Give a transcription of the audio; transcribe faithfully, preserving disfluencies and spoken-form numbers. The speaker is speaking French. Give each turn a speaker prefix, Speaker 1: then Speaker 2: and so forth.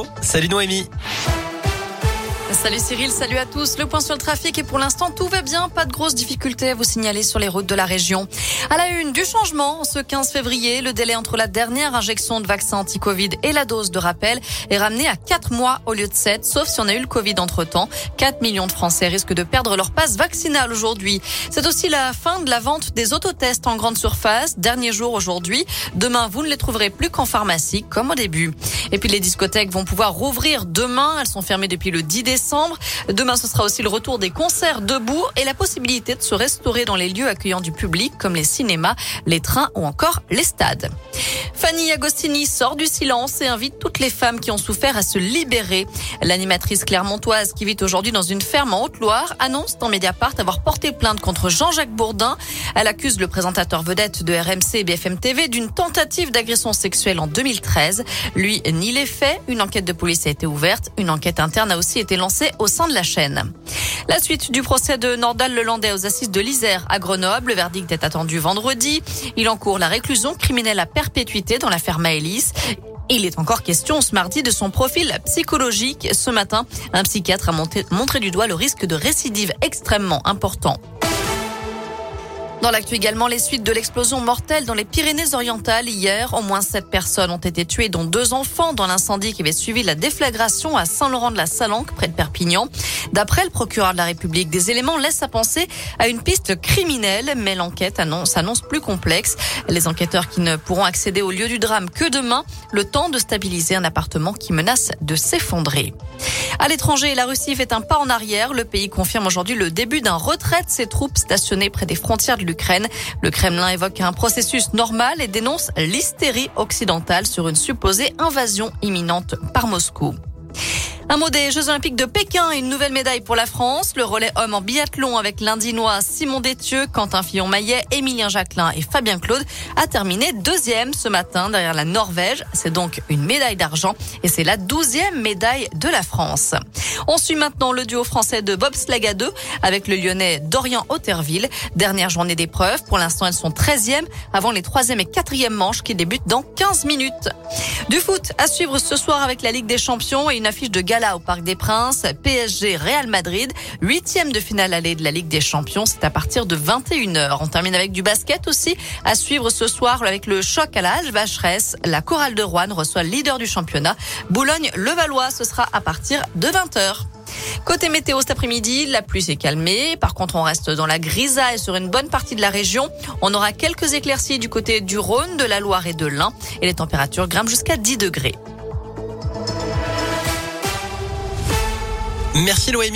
Speaker 1: infos. Salut Noémie.
Speaker 2: Salut Cyril, salut à tous. Le point sur le trafic et pour l'instant tout va bien, pas de grosses difficultés à vous signaler sur les routes de la région. À la une du changement, ce quinze février, le délai entre la dernière injection de vaccin anti-Covid et la dose de rappel est ramené à quatre mois au lieu de sept, sauf si on a eu le Covid entre-temps. quatre millions de Français risquent de perdre leur passe vaccinale aujourd'hui. C'est aussi la fin de la vente des autotests en grande surface. Dernier jour aujourd'hui. Demain, vous ne les trouverez plus qu'en pharmacie, comme au début. Et puis les discothèques vont pouvoir rouvrir demain. Elles sont fermées depuis le dix décembre. Demain, ce sera aussi le retour des concerts debout et la possibilité de se restaurer dans les lieux accueillant du public comme les cinémas, les trains ou encore les stades. Fanny Agostini sort du silence et invite toutes les femmes qui ont souffert à se libérer. L'animatrice clermontoise qui vit aujourd'hui dans une ferme en Haute-Loire annonce dans Mediapart avoir porté plainte contre Jean-Jacques Bourdin. Elle accuse le présentateur vedette de R M C et B F M T V d'une tentative d'agression sexuelle en deux mille treize. Lui nie les faits. Une enquête de police a été ouverte. Une enquête interne a aussi été lancée au sein de la chaîne. La suite du procès de Nordal Lelandais aux assises de l'Isère à Grenoble. Le verdict est attendu vendredi. Il encourt la réclusion criminelle à perpétuité dans l'affaire Maëlys. Il est encore question ce mardi de son profil psychologique. Ce matin, un psychiatre a monté, montré du doigt le risque de récidive extrêmement important. Dans l'actu également, les suites de l'explosion mortelle dans les Pyrénées-Orientales. Hier, au moins sept personnes ont été tuées, dont deux enfants, dans l'incendie qui avait suivi la déflagration à Saint-Laurent-de-la-Salanque, près de Perpignan. D'après le procureur de la République, des éléments laissent à penser à une piste criminelle, mais l'enquête annonce, s'annonce plus complexe. Les enquêteurs qui ne pourront accéder au lieu du drame que demain, le temps de stabiliser un appartement qui menace de s'effondrer. À l'étranger, la Russie fait un pas en arrière. Le pays confirme aujourd'hui le début d'un retrait de ses troupes stationnées près des frontières de l'Ukraine. Le Kremlin évoque un processus normal et dénonce l'hystérie occidentale sur une supposée invasion imminente par Moscou. Un mot des Jeux Olympiques de Pékin et une nouvelle médaille pour la France. Le relais homme en biathlon avec l'Indinois Simon Détieux, Quentin Fillon-Maillet, Émilien Jacquelin et Fabien Claude a terminé deuxième ce matin derrière la Norvège. C'est donc une médaille d'argent et c'est la douzième médaille de la France. On suit maintenant le duo français de bobsleigh à deux avec le Lyonnais Dorian Otterville. Dernière journée d'épreuve. Pour l'instant, elles sont treizième avant les troisième et quatrième manches qui débutent dans quinze minutes. Du foot à suivre ce soir avec la Ligue des Champions et une affiche de gala au Parc des Princes. P S G Real Madrid, huitième de finale allée de la Ligue des Champions. C'est à partir de vingt et une heures. On termine avec du basket aussi à suivre ce soir avec le choc à la Halle Vacheresse. La Chorale de Roanne reçoit le leader du championnat. Boulogne-Levallois, ce sera à partir de vingt heures. Côté météo cet après-midi, la pluie s'est calmée. Par contre, on reste dans la grisaille sur une bonne partie de la région. On aura quelques éclaircies du côté du Rhône, de la Loire et de l'Ain. Et les températures grimpent jusqu'à dix degrés.
Speaker 1: Merci Noémie.